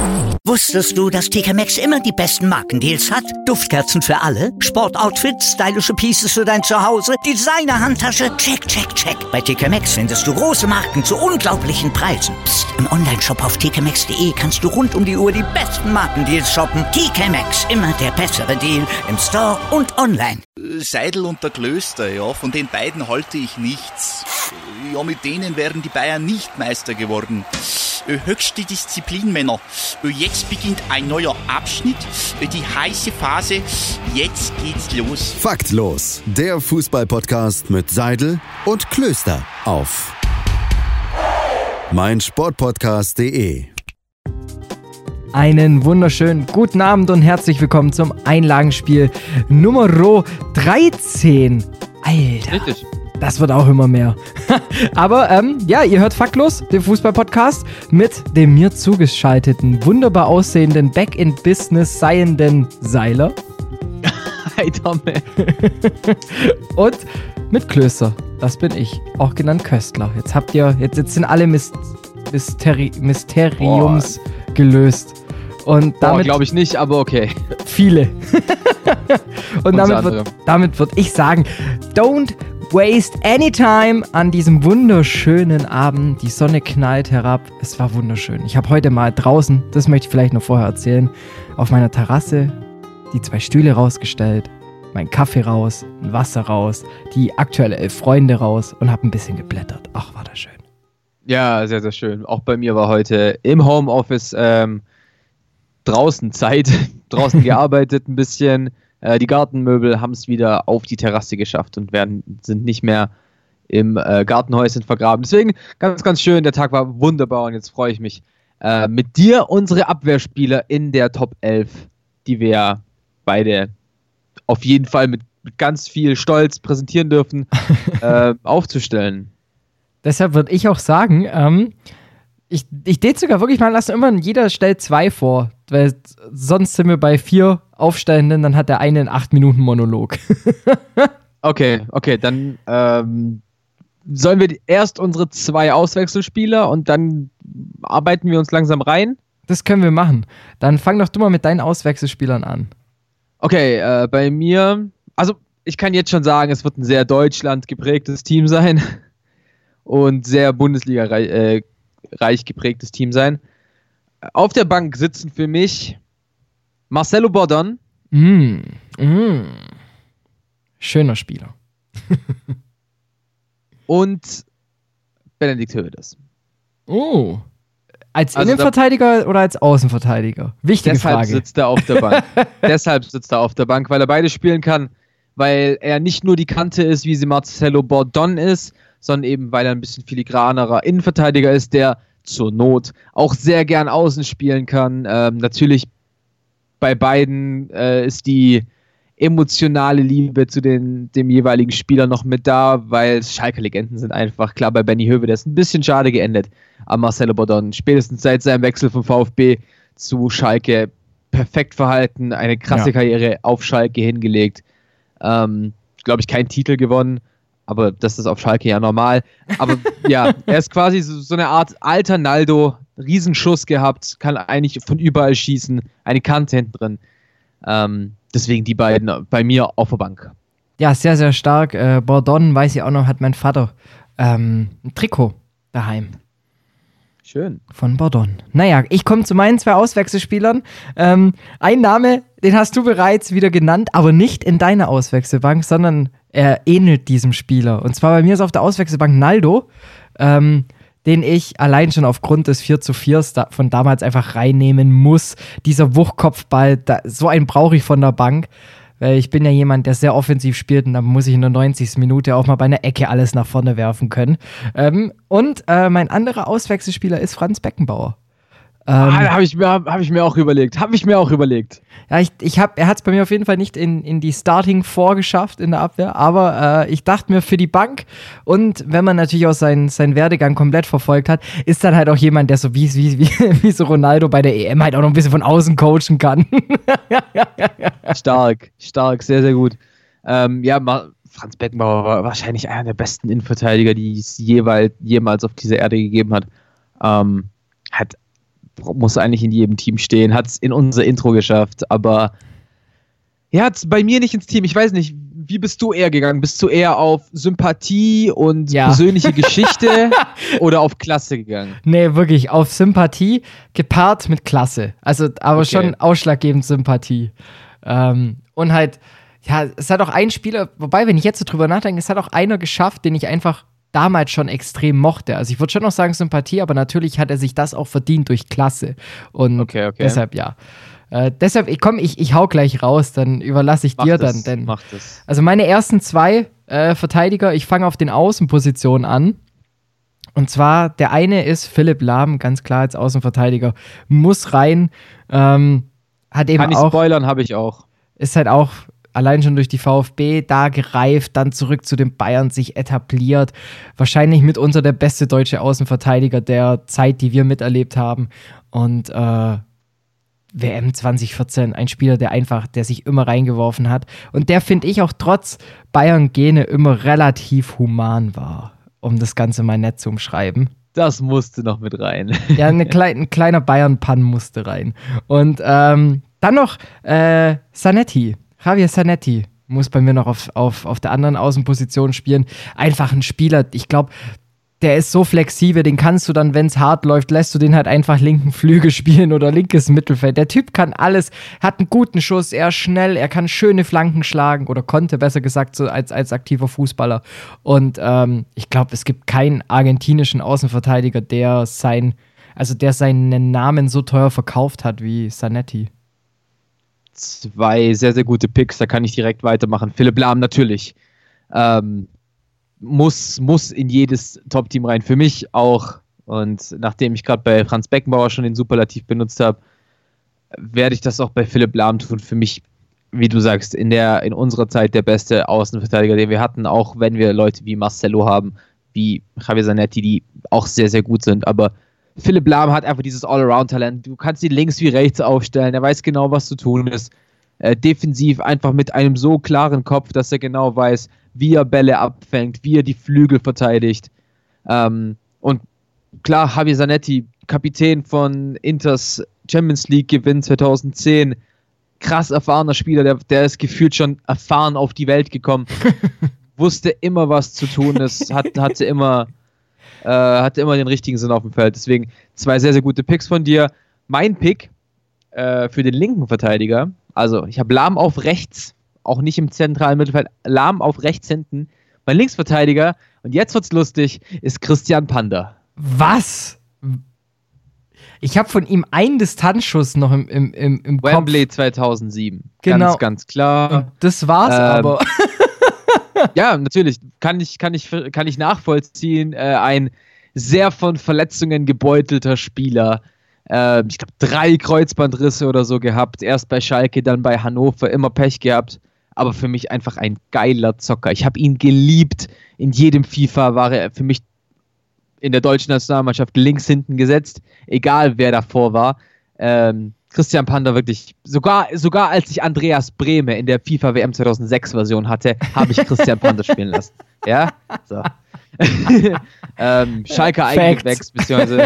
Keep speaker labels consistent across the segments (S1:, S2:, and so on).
S1: Wusstest du, dass TK Maxx immer die besten Markendeals hat? Duftkerzen für alle, Sportoutfits, stylische Pieces für dein Zuhause, Designer-Handtasche, check, check, check. Bei TK Maxx findest du große Marken zu unglaublichen Preisen. Psst. Im Onlineshop auf tkmaxx.de kannst du rund um die Uhr die besten Markendeals shoppen. TK Maxx, immer der bessere Deal im Store und online.
S2: Seidel und der Klöster, ja, von den beiden halte ich nichts. Ja, mit denen wären die Bayern nicht Meister geworden. Höchste Disziplin, Männer. Jetzt beginnt ein neuer Abschnitt, die heiße Phase. Jetzt geht's los.
S3: Faktlos, der Fußball-Podcast mit Seidel und Klöster auf meinsportpodcast.de.
S4: Einen wunderschönen guten Abend und herzlich willkommen zum Einlagenspiel Nummer 13. Alter.
S5: Richtig.
S4: Das wird auch immer mehr. Aber ja, ihr hört Faktlos, den Fußball-Podcast mit dem mir zugeschalteten, wunderbar aussehenden, back-in-business seienden Seiler.
S5: Hi, Tommy.
S4: Und mit Klöster, das bin ich, auch genannt Köstler. Jetzt sind alle Mysteriums gelöst. Und damit
S5: glaube ich nicht, aber okay.
S4: Viele. Und damit würde ich sagen, don't waste any time an diesem wunderschönen Abend. Die Sonne knallt herab. Es war wunderschön. Ich habe heute mal draußen, das möchte ich vielleicht noch vorher erzählen, auf meiner Terrasse die 2 Stühle rausgestellt, mein Kaffee raus, ein Wasser raus, die aktuelle 11 Freunde raus und habe ein bisschen geblättert. Ach, war das schön.
S5: Ja, sehr, sehr schön. Auch bei mir war heute im Homeoffice draußen Zeit, draußen gearbeitet ein bisschen. Die Gartenmöbel haben es wieder auf die Terrasse geschafft und sind nicht mehr im Gartenhäuschen vergraben. Deswegen ganz, ganz schön. Der Tag war wunderbar und jetzt freue ich mich mit dir, unsere Abwehrspieler in der Top 11, die wir beide auf jeden Fall mit ganz viel Stolz präsentieren dürfen, aufzustellen.
S4: Deshalb würde ich auch sagen, ich date sogar wirklich mal, lassen immer, jeder stellt 2 vor, weil sonst sind wir bei 4 Aufstellenden, dann hat der eine einen 8-Minuten-Monolog.
S5: Okay, dann sollen wir erst unsere 2 Auswechselspieler und dann arbeiten wir uns langsam rein?
S4: Das können wir machen. Dann fang doch du mal mit deinen Auswechselspielern an.
S5: Okay, bei mir, also ich kann jetzt schon sagen, es wird ein sehr Deutschland geprägtes Team sein und sehr Bundesliga-reich geprägtes Team sein. Auf der Bank sitzen für mich Marcelo Bordon.
S4: Schöner Spieler.
S5: Und Benedikt Höwedes.
S4: Oh. Als Innenverteidiger oder als Außenverteidiger? Wichtige
S5: Frage. Deshalb sitzt er auf der Bank, weil er beide spielen kann, weil er nicht nur die Kante ist, wie sie Marcelo Bordon ist, sondern eben, weil er ein bisschen filigranerer Innenverteidiger ist, der zur Not auch sehr gern außen spielen kann. Natürlich bei beiden ist die emotionale Liebe zu dem jeweiligen Spieler noch mit da, weil Schalke-Legenden sind einfach, klar, bei Benny Höwedes ein bisschen schade geendet, aber Marcelo Bordon spätestens seit seinem Wechsel vom VfB zu Schalke perfekt verhalten, eine krasse Karriere auf Schalke hingelegt. Glaube ich, keinen Titel gewonnen, aber das ist auf Schalke ja normal. Aber ja, er ist quasi so eine Art alter Naldo, Riesenschuss gehabt, kann eigentlich von überall schießen, eine Kante hinten drin. Deswegen die beiden bei mir auf der Bank.
S4: Ja, sehr, sehr stark. Bordon, weiß ich auch noch, hat mein Vater ein Trikot daheim.
S5: Schön.
S4: Von Bordon. Naja, ich komme zu meinen 2 Auswechselspielern. Ein Name, den hast du bereits wieder genannt, aber nicht in deiner Auswechselbank, sondern er ähnelt diesem Spieler. Und zwar bei mir ist auf der Auswechselbank Naldo, den ich allein schon aufgrund des 4:4 von damals einfach reinnehmen muss. Dieser Wuchtkopfball, so einen brauche ich von der Bank. Weil ich bin ja jemand, der sehr offensiv spielt und dann muss ich in der 90. Minute auch mal bei einer Ecke alles nach vorne werfen können. Und mein anderer Auswechselspieler ist Franz Beckenbauer.
S5: Habe ich mir auch überlegt.
S4: Ja, er hat es bei mir auf jeden Fall nicht in die Starting 4 geschafft in der Abwehr, aber ich dachte mir für die Bank und wenn man natürlich auch seinen Werdegang komplett verfolgt hat, ist dann halt auch jemand, der so wie so Ronaldo bei der EM halt auch noch ein bisschen von außen coachen kann.
S5: Stark, sehr, sehr gut. Franz Beckenbauer war wahrscheinlich einer der besten Innenverteidiger, die es jemals auf dieser Erde gegeben hat. Hat muss eigentlich in jedem Team stehen, hat es in unser Intro geschafft, aber er hat es bei mir nicht ins Team. Ich weiß nicht, wie bist du eher gegangen? Bist du eher auf Sympathie und persönliche Geschichte oder auf Klasse gegangen? Nee,
S4: wirklich auf Sympathie gepaart mit Klasse. Also, aber schon ausschlaggebend Sympathie. Und halt, ja, es hat auch ein Spieler, wobei, wenn ich jetzt so drüber nachdenke, es hat auch einer geschafft, den ich einfach damals schon extrem mochte. Also ich würde schon noch sagen Sympathie, aber natürlich hat er sich das auch verdient durch Klasse. Und deshalb ja. Deshalb, ich hau gleich raus, dann überlasse ich dir dann.
S5: Mach das.
S4: Also meine ersten 2 Verteidiger, ich fange auf den Außenpositionen an. Und zwar, der eine ist Philipp Lahm, ganz klar als Außenverteidiger. Muss rein. Hat eben
S5: Kann ich spoilern, habe ich auch.
S4: Ist halt auch allein schon durch die VfB da gereift, dann zurück zu den Bayern sich etabliert. Wahrscheinlich mitunter der beste deutsche Außenverteidiger der Zeit, die wir miterlebt haben. Und WM 2014, ein Spieler, der sich immer reingeworfen hat. Und der, finde ich, auch trotz Bayern-Gene immer relativ human war, um das Ganze mal nett zu umschreiben.
S5: Das musste noch mit rein.
S4: Ja, ein kleiner Bayern-Pan musste rein. Und dann noch Zanetti. Javier Zanetti muss bei mir noch auf der anderen Außenposition spielen. Einfach ein Spieler, ich glaube, der ist so flexibel, den kannst du dann, wenn es hart läuft, lässt du den halt einfach linken Flügel spielen oder linkes Mittelfeld. Der Typ kann alles, hat einen guten Schuss, er ist schnell, er kann schöne Flanken schlagen oder konnte, besser gesagt, so als aktiver Fußballer. Und ich glaube, es gibt keinen argentinischen Außenverteidiger, der seinen Namen so teuer verkauft hat wie Zanetti.
S5: 2 sehr, sehr gute Picks, da kann ich direkt weitermachen. Philipp Lahm natürlich. Muss in jedes Top-Team rein. Für mich auch. Und nachdem ich gerade bei Franz Beckenbauer schon den Superlativ benutzt habe, werde ich das auch bei Philipp Lahm tun. Für mich, wie du sagst, in unserer Zeit der beste Außenverteidiger, den wir hatten, auch wenn wir Leute wie Marcelo haben, wie Javier Zanetti, die auch sehr, sehr gut sind. Aber Philipp Lahm hat einfach dieses All-Around-Talent. Du kannst ihn links wie rechts aufstellen. Er weiß genau, was zu tun ist. Defensiv einfach mit einem so klaren Kopf, dass er genau weiß, wie er Bälle abfängt, wie er die Flügel verteidigt. Und klar, Javier Zanetti, Kapitän von Inters Champions League Gewinn 2010, krass erfahrener Spieler, der ist gefühlt schon erfahren auf die Welt gekommen, wusste immer, was zu tun ist, hatte immer den richtigen Sinn auf dem Feld. Deswegen 2 sehr, sehr gute Picks von dir. Mein Pick für den linken Verteidiger, also ich habe Lahm auf rechts, auch nicht im zentralen Mittelfeld, Lahm auf rechts hinten. Mein Linksverteidiger, und jetzt wird's lustig, ist Christian Panda.
S4: Was? Ich habe von ihm einen Distanzschuss noch im Kopf.
S5: Wembley 2007.
S4: Genau.
S5: Ganz klar.
S4: Und das war's aber.
S5: Ja, natürlich. Kann ich nachvollziehen. Ein sehr von Verletzungen gebeutelter Spieler. Ich glaube, 3 Kreuzbandrisse oder so gehabt. Erst bei Schalke, dann bei Hannover. Immer Pech gehabt. Aber für mich einfach ein geiler Zocker. Ich habe ihn geliebt. In jedem FIFA war er für mich in der deutschen Nationalmannschaft links hinten gesetzt. Egal, wer davor war. Christian Panda wirklich, sogar als ich Andreas Brehme in der FIFA WM 2006 Version hatte, habe ich Christian Panda spielen lassen. Ja? So. Schalke Eigengewächs, beziehungsweise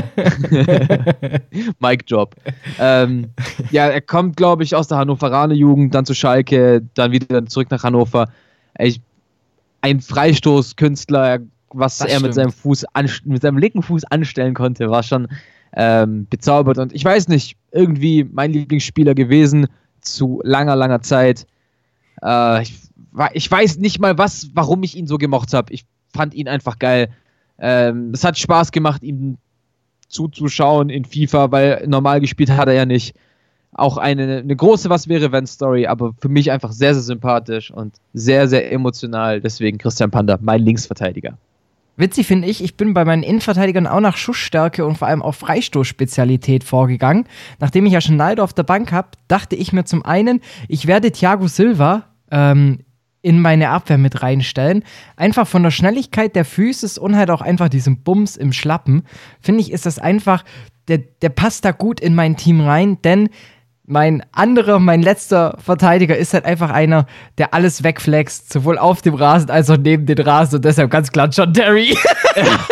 S5: Mike Job. Ja, er kommt, glaube ich, aus der Hannoveraner Jugend, dann zu Schalke, dann wieder zurück nach Hannover. Ein Freistoßkünstler, was er mit seinem linken Fuß anstellen konnte, war schon bezaubert. Und ich weiß nicht, irgendwie mein Lieblingsspieler gewesen zu langer Zeit. Ich weiß nicht mal warum ich ihn so gemocht habe. Ich fand ihn einfach geil. Es hat Spaß gemacht, ihm zuzuschauen in FIFA, weil normal gespielt hat er ja nicht. Auch eine große Was-wäre-wenn-Story, aber für mich einfach sehr, sehr sympathisch und sehr, sehr emotional. Deswegen Christian Panda, mein Linksverteidiger.
S4: Witzig finde ich bin bei meinen Innenverteidigern auch nach Schussstärke und vor allem auch Freistoßspezialität vorgegangen. Nachdem ich ja schon Naldo auf der Bank habe, dachte ich mir zum einen, ich werde Thiago Silva in meine Abwehr mit reinstellen. Einfach von der Schnelligkeit der Füße und halt auch einfach diesem Bums im Schlappen. Finde ich, ist das einfach, der passt da gut in mein Team rein, denn mein letzter Verteidiger ist halt einfach einer, der alles wegflext, sowohl auf dem Rasen als auch neben den Rasen und deshalb ganz klar John Terry.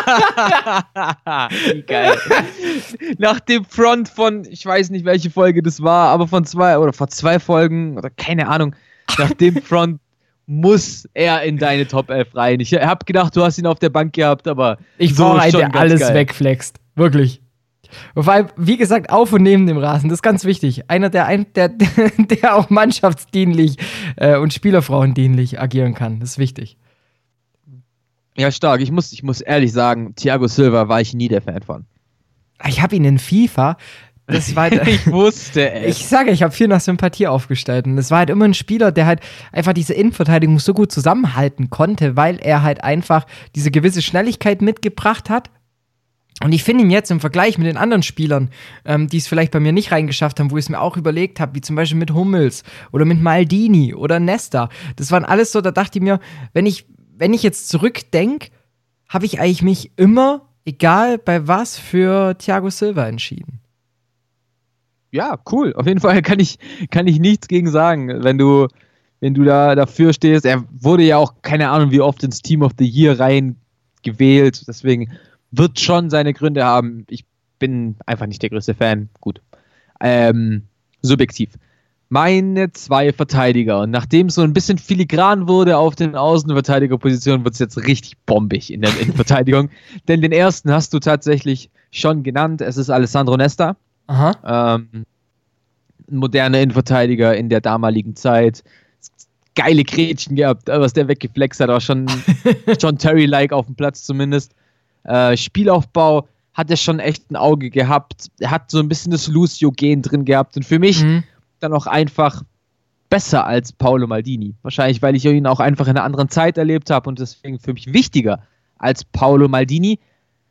S5: Wie geil. Nach dem Front von, ich weiß nicht, welche Folge das war, aber vor 2 Folgen, oder keine Ahnung, nach dem Front muss er in deine Top 11 rein. Ich habe gedacht, du hast ihn auf der Bank gehabt, aber
S4: ich brauche einen, der alles wegflext. Wirklich. Und vor allem, wie gesagt, auf und neben dem Rasen, das ist ganz wichtig. Einer, der auch mannschaftsdienlich und spielerfrauendienlich agieren kann. Das ist wichtig.
S5: Ja, stark. Ich muss ehrlich sagen, Thiago Silva war ich nie der Fan von.
S4: Ich habe ihn in FIFA. Das war halt,
S5: ich wusste es.
S4: Ich habe viel nach Sympathie aufgestellt. Und es war halt immer ein Spieler, der halt einfach diese Innenverteidigung so gut zusammenhalten konnte, weil er halt einfach diese gewisse Schnelligkeit mitgebracht hat. Und ich finde ihn jetzt im Vergleich mit den anderen Spielern, die es vielleicht bei mir nicht reingeschafft haben, wo ich es mir auch überlegt habe, wie zum Beispiel mit Hummels oder mit Maldini oder Nesta. Das waren alles so, da dachte ich mir, wenn ich jetzt zurückdenke, habe ich eigentlich mich immer, egal bei was, für Thiago Silva entschieden.
S5: Ja, cool. Auf jeden Fall kann ich nichts gegen sagen, wenn du da dafür stehst. Er wurde ja auch, keine Ahnung, wie oft ins Team of the Year rein gewählt. Deswegen wird schon seine Gründe haben. Ich bin einfach nicht der größte Fan. Gut. Subjektiv. Meine 2 Verteidiger. Und nachdem es so ein bisschen filigran wurde auf den Außenverteidigerpositionen, wird es jetzt richtig bombig in der Innenverteidigung. Denn den ersten hast du tatsächlich schon genannt. Es ist Alessandro Nesta.
S4: Aha.
S5: Ein moderner Innenverteidiger in der damaligen Zeit. Geile Grätschen gehabt, was der weggeflext hat, aber schon Terry-like auf dem Platz zumindest. Spielaufbau hat er schon echt ein Auge gehabt. Er hat so ein bisschen das Lucio-Gen drin gehabt und für mich dann auch einfach besser als Paolo Maldini. Wahrscheinlich, weil ich ihn auch einfach in einer anderen Zeit erlebt habe und deswegen für mich wichtiger als Paolo Maldini.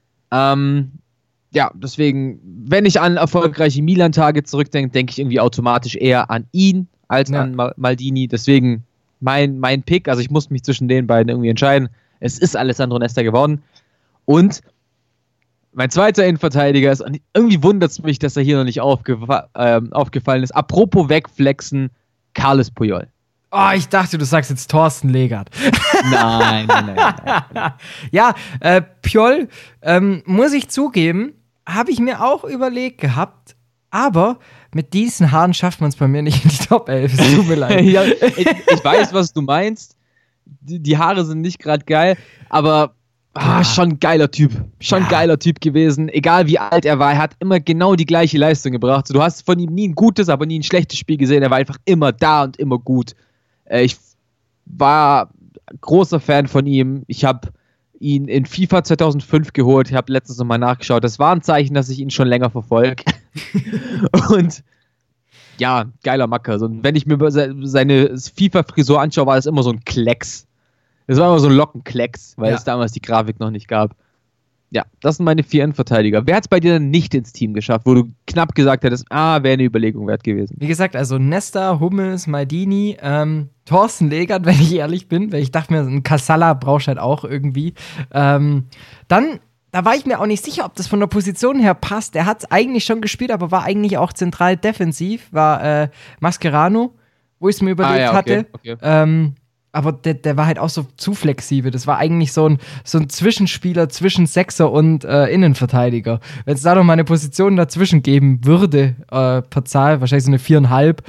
S5: Ja, deswegen, wenn ich an erfolgreiche Milan-Tage zurückdenke, denke ich irgendwie automatisch eher an ihn als an Maldini. Deswegen mein Pick, also ich muss mich zwischen den beiden irgendwie entscheiden. Es ist Alessandro Nesta geworden. Und mein zweiter Innenverteidiger ist, und irgendwie wundert es mich, dass er hier noch nicht aufgefallen ist. Apropos wegflexen, Carles Puyol.
S4: Oh, ich dachte, du sagst jetzt Thorsten Legert.
S5: Nein.
S4: Ja, Puyol, muss ich zugeben, habe ich mir auch überlegt gehabt, aber mit diesen Haaren schafft man es bei mir nicht in die Top 11. Es tut mir leid.
S5: Ja, ich weiß, was du meinst. Die Haare sind nicht gerade geil, aber schon ein geiler Typ. Geiler Typ gewesen. Egal wie alt er war, er hat immer genau die gleiche Leistung gebracht. Du hast von ihm nie ein gutes, aber nie ein schlechtes Spiel gesehen. Er war einfach immer da und immer gut. Ich war großer Fan von ihm. Ich habe ihn in FIFA 2005 geholt. Ich habe letztens nochmal nachgeschaut. Das war ein Zeichen, dass ich ihn schon länger verfolge. Und ja, geiler Macker. Und wenn ich mir seine FIFA-Frisur anschaue, war das immer so ein Klecks. Das war immer so ein Lockenklecks, weil es damals die Grafik noch nicht gab. Ja, das sind meine 4 Innenverteidiger. Wer hat es bei dir denn nicht ins Team geschafft, wo du knapp gesagt hättest, wäre eine Überlegung wert gewesen?
S4: Wie gesagt, also Nesta, Hummels, Maldini, Thorsten Legert, wenn ich ehrlich bin, weil ich dachte mir, ein Casala brauchst halt auch irgendwie. Dann, da war ich mir auch nicht sicher, ob das von der Position her passt. Er hat es eigentlich schon gespielt, aber war eigentlich auch zentral defensiv, war Mascherano, wo ich es mir überlegt hatte. Okay. Aber der war halt auch so zu flexibel. Das war eigentlich so ein Zwischenspieler zwischen Sechser und Innenverteidiger. Wenn es da noch mal eine Position dazwischen geben würde, per Zahl, wahrscheinlich so eine 4,5,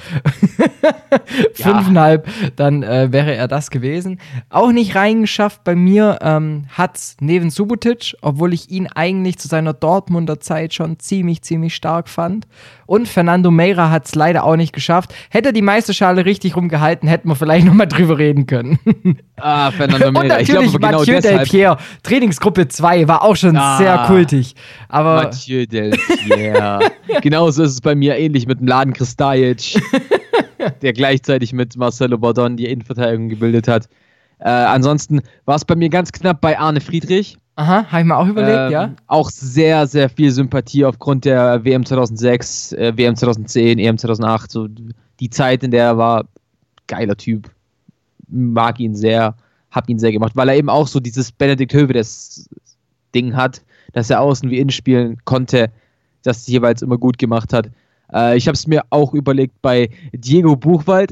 S4: 5,5, dann wäre er das gewesen. Auch nicht reingeschafft bei mir hat's neben Subotic, obwohl ich ihn eigentlich zu seiner Dortmunder Zeit schon ziemlich, ziemlich stark fand. Und Fernando Meira hat's leider auch nicht geschafft. Hätte er die Meisterschale richtig rumgehalten, hätten wir vielleicht noch mal drüber reden können.
S5: Fernando Meira.
S4: Und natürlich
S5: ich glaube,
S4: Mathieu
S5: genau
S4: Del Piero, Trainingsgruppe 2, war auch schon sehr kultig. Aber
S5: Mathieu Del Piero. Genauso ist es bei mir ähnlich mit dem Laden Kristajic, der gleichzeitig mit Marcelo Bordon die Innenverteidigung gebildet hat. Ansonsten war es bei mir ganz knapp bei Arne Friedrich.
S4: Aha, habe ich mir auch überlegt, ja.
S5: Auch sehr, sehr viel Sympathie aufgrund der WM 2006, WM 2010, EM 2008. So die Zeit, in der er war, geiler Typ. Mag ihn sehr, hab ihn sehr gemacht, weil er eben auch so dieses Benedikt Höwedes Ding hat, dass er außen wie innen spielen konnte, das jeweils immer gut gemacht hat. Ich habe es mir auch überlegt bei Diego Buchwald.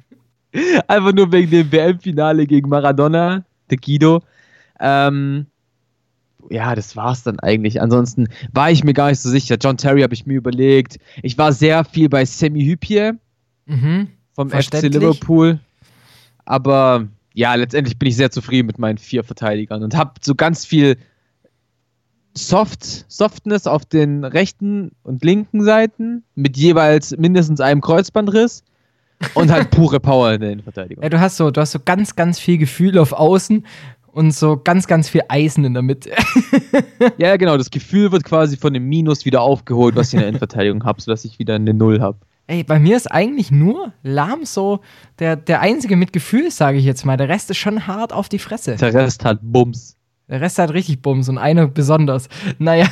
S5: Einfach nur wegen dem WM-Finale gegen Maradona, der Guido. ja, das war's dann eigentlich. Ansonsten war ich mir gar nicht so sicher. John Terry habe ich mir überlegt. Ich war sehr viel bei Sami Hyypiä vom FC Liverpool. Aber ja, letztendlich bin ich sehr zufrieden mit meinen 4 Verteidigern und habe so ganz viel Softness auf den rechten und linken Seiten mit jeweils mindestens einem Kreuzbandriss und halt pure Power in der Innenverteidigung.
S4: Ja, du hast so ganz, ganz viel Gefühl auf Außen und so ganz, ganz viel Eisen in der Mitte.
S5: Ja, genau, das Gefühl wird quasi von dem Minus wieder aufgeholt, was ich in der Innenverteidigung habe, sodass ich wieder eine 0 habe.
S4: Ey, bei mir ist eigentlich nur Lahm so der einzige mit Gefühl, sage ich jetzt mal. Der Rest ist schon hart auf die Fresse.
S5: Der Rest hat Bums.
S4: Der Rest hat richtig Bums und einer besonders. Naja,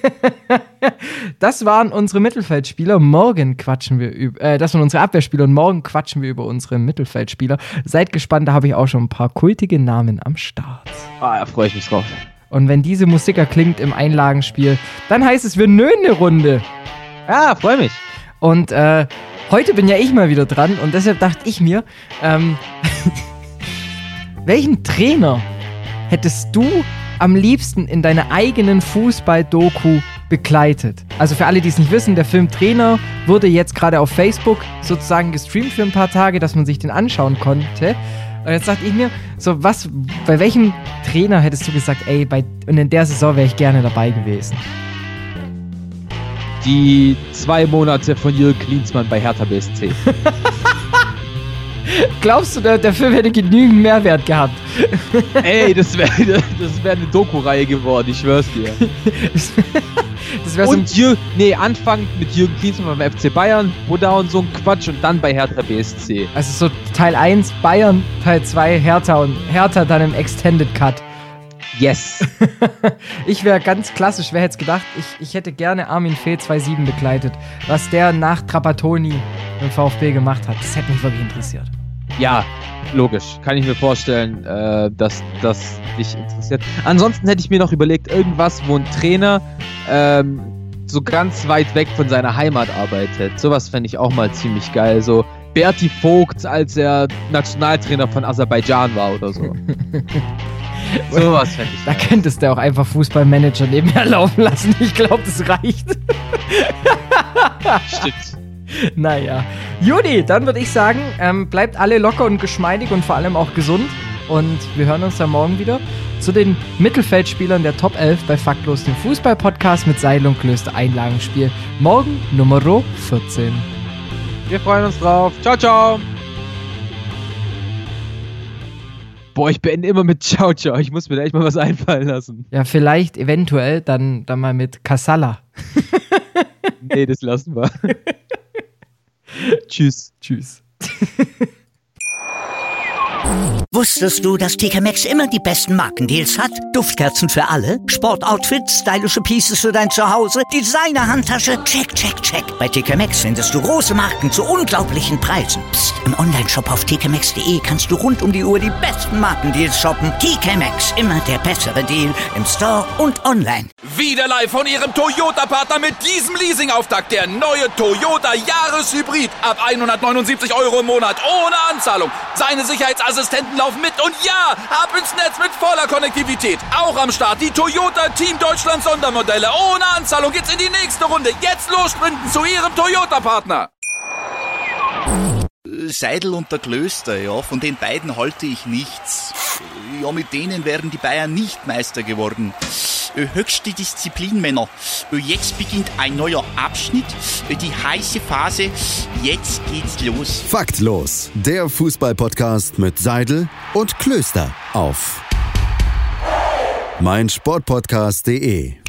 S4: das waren unsere Mittelfeldspieler. Morgen quatschen wir über, das waren unsere Abwehrspieler und morgen quatschen wir über unsere Mittelfeldspieler. Seid gespannt, da habe ich auch schon ein paar kultige Namen am Start.
S5: Ah, da freue ich mich drauf.
S4: Und wenn diese Musik erklingt im Einlagenspiel, dann heißt es, wir nölen eine Runde.
S5: Ja, freue mich.
S4: Und heute bin ja ich mal wieder dran und deshalb dachte ich mir, welchen Trainer hättest du am liebsten in deiner eigenen Fußball-Doku begleitet? Also für alle, die es nicht wissen, der Film Trainer wurde jetzt gerade auf Facebook sozusagen gestreamt für ein paar Tage, dass man sich den anschauen konnte. Und jetzt dachte ich mir, so bei welchem Trainer hättest du gesagt, ey, und in der Saison wäre ich gerne dabei gewesen?
S5: Die 2 Monate von Jürgen Klinsmann bei Hertha BSC.
S4: Glaubst du, der Film hätte genügend Mehrwert gehabt?
S5: Ey, das wär eine Doku-Reihe geworden, ich schwör's dir.
S4: Das wär
S5: anfangend mit Jürgen Klinsmann beim FC Bayern, Buddha und so ein Quatsch und dann bei Hertha BSC.
S4: Also so Teil 1 Bayern, Teil 2 Hertha und Hertha dann im Extended Cut.
S5: Yes.
S4: Ich wäre ganz klassisch, wer hätte es gedacht, ich hätte gerne Armin Fee 2-7 begleitet. Was der nach Trapattoni im VfB gemacht hat, das hätte mich wirklich interessiert.
S5: Ja, logisch. Kann ich mir vorstellen, dass das dich interessiert. Ansonsten hätte ich mir noch überlegt, irgendwas, wo ein Trainer so ganz weit weg von seiner Heimat arbeitet. Sowas fände ich auch mal ziemlich geil. So Berti Vogt, als er Nationaltrainer von Aserbaidschan war oder so. Sowas fände ich.
S4: Da könntest du auch einfach Fußballmanager nebenher laufen lassen. Ich glaube, das reicht.
S5: Stimmt.
S4: Naja. Judy, dann würde ich sagen, bleibt alle locker und geschmeidig und vor allem auch gesund. Und wir hören uns dann morgen wieder zu den Mittelfeldspielern der Top 11 bei Faktlos, dem Fußball-Podcast mit Seidel und Klöster Einlagenspiel. Morgen Nummer 14.
S5: Wir freuen uns drauf. Ciao, ciao. Boah, ich beende immer mit Ciao, ciao. Ich muss mir da echt mal was einfallen lassen.
S4: Ja, vielleicht, eventuell, dann mal mit Kassala.
S5: Nee, das lassen wir. Tschüss.
S4: Tschüss.
S1: Wusstest du, dass TK Maxx immer die besten Markendeals hat? Duftkerzen für alle, Sportoutfits, stylische Pieces für dein Zuhause, Designer-Handtasche, check, check, check. Bei TK Maxx findest du große Marken zu unglaublichen Preisen. Psst. Im Onlineshop auf tkmaxx.de kannst du rund um die Uhr die besten Markendeals shoppen. TK Maxx, immer der bessere Deal im Store und online.
S6: Wieder live von Ihrem Toyota-Partner mit diesem Leasing-Auftakt. Der neue Toyota Jahreshybrid. Ab 179 € im Monat. Ohne Anzahlung. Seine Sicherheitsassistenten laufen mit. Und ja, ab ins Netz mit voller Konnektivität. Auch am Start die Toyota Team Deutschland Sondermodelle. Ohne Anzahlung geht's in die nächste Runde. Jetzt los sprinten zu Ihrem Toyota-Partner.
S2: Seidel und der Klöster, ja, von den beiden halte ich nichts. Ja, mit denen wären die Bayern nicht Meister geworden. Höchste Disziplin, Männer. Jetzt beginnt ein neuer Abschnitt, die heiße Phase. Jetzt geht's los.
S3: Faktlos, der Fußball-Podcast mit Seidel und Klöster auf meinsportpodcast.de.